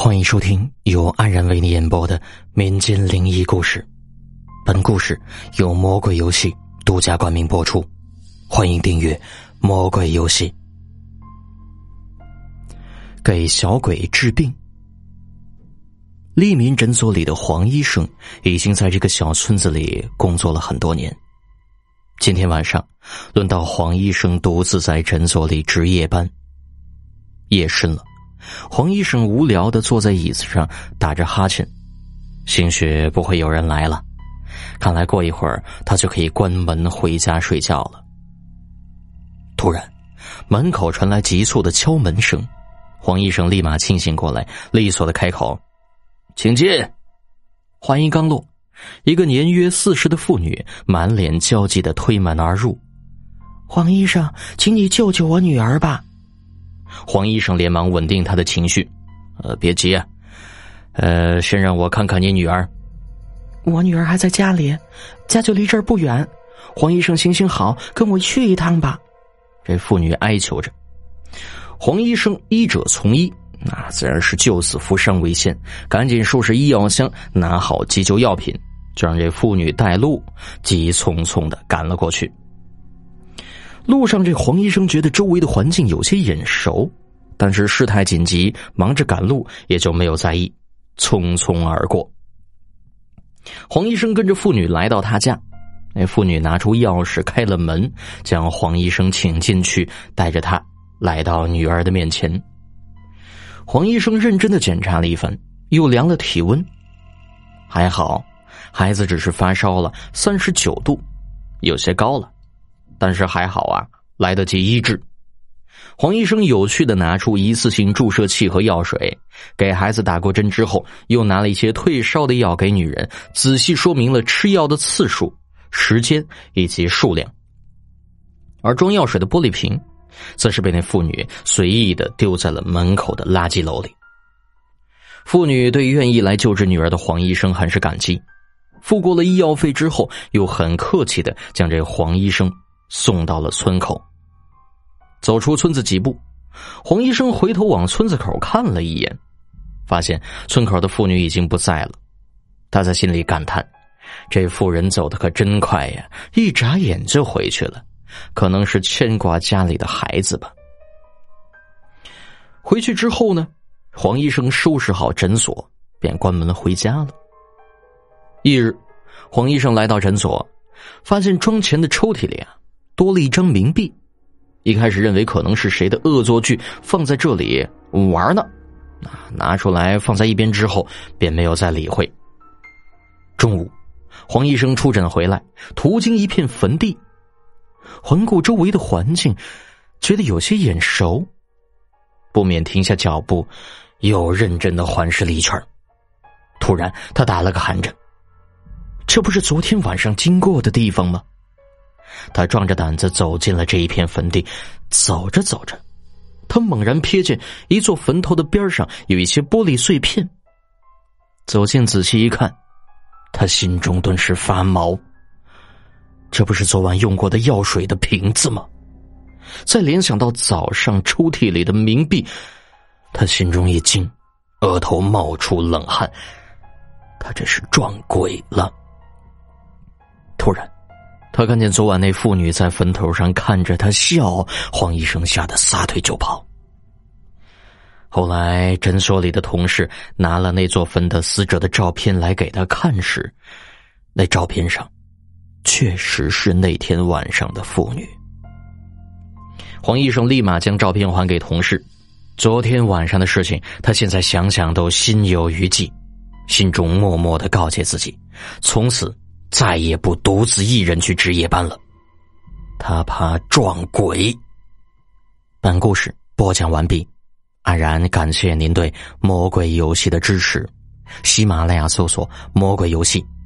欢迎收听由安然为你演播的民间灵异故事。本故事由魔鬼游戏独家冠名播出，欢迎订阅魔鬼游戏。给小鬼治病。利民诊所里的黄医生已经在这个小村子里工作了很多年。今天晚上轮到黄医生独自在诊所里值夜班。夜深了，黄医生无聊地坐在椅子上打着哈欠，兴许不会有人来了，看来过一会儿他就可以关门回家睡觉了。突然门口传来急促的敲门声，黄医生立马清醒过来，利索地开口：请进。话音刚落，一个年约40的妇女满脸焦急地推门而入。 黄医生，请你救救我女儿吧。 黄医生连忙稳定他的情绪。别急啊，先让我看看你女儿。 我女儿还在家里，家就离这儿不远。黄医生行行好，跟我去一趟吧。 这妇女哀求着。黄医生医者从医，那自然是救死扶伤为先，赶紧收拾医药箱，拿好急救药品，就让这妇女带路，急匆匆地赶了过去。路上这黄医生觉得周围的环境有些眼熟，但是事态紧急，忙着赶路，也就没有在意，匆匆而过。黄医生跟着妇女来到他家，那妇女拿出钥匙开了门，将黄医生请进去，带着他来到女儿的面前。黄医生认真地检查了一番，又量了体温，还好孩子只是发烧了39度，有些高了，但是还好啊，来得及医治。黄医生有序地拿出一次性注射器和药水，给孩子打过针之后，又拿了一些退烧的药给女人，仔细说明了吃药的次数、时间以及数量。而装药水的玻璃瓶则是被那妇女随意地丢在了门口的垃圾篓里。妇女对愿意来救治女儿的黄医生很是感激，付过了医药费之后，又很客气地将这黄医生送到了村口。走出村子几步，黄医生回头往村子口看了一眼，发现村口的妇女已经不在了。他在心里感叹，这妇人走得可真快呀，一眨眼就回去了，可能是牵挂家里的孩子吧。回去之后呢，黄医生收拾好诊所，便关门回家了。一日，黄医生来到诊所，发现庄前的抽屉里多了一张冥币。一开始认为可能是谁的恶作剧，放在这里玩呢，拿出来放在一边之后，便没有再理会。中午，黄医生出诊回来，途经一片坟地，环顾周围的环境，觉得有些眼熟，不免停下脚步，又认真地环视了一圈。突然他打了个寒颤，这不是昨天晚上经过的地方吗？他壮着胆子走进了这一片坟地，走着走着，他猛然瞥见一座坟头的边上有一些玻璃碎片。走近仔细一看，他心中顿时发毛，这不是昨晚用过的药水的瓶子吗？再联想到早上抽屉里的冥币，他心中一惊，额头冒出冷汗，他这是撞鬼了。突然他看见昨晚那妇女在坟头上看着他笑，黄医生吓得撒腿就跑。后来诊所里的同事拿了那座坟的死者的照片来给他看时，那照片上确实是那天晚上的妇女。黄医生立马将照片还给同事，昨天晚上的事情他现在想想都心有余悸，心中默默地告诫自己，从此再也不独自一人去值夜班了，他怕撞鬼。本故事播讲完毕，安然感谢您对魔鬼游戏的支持。喜马拉雅搜索魔鬼游戏，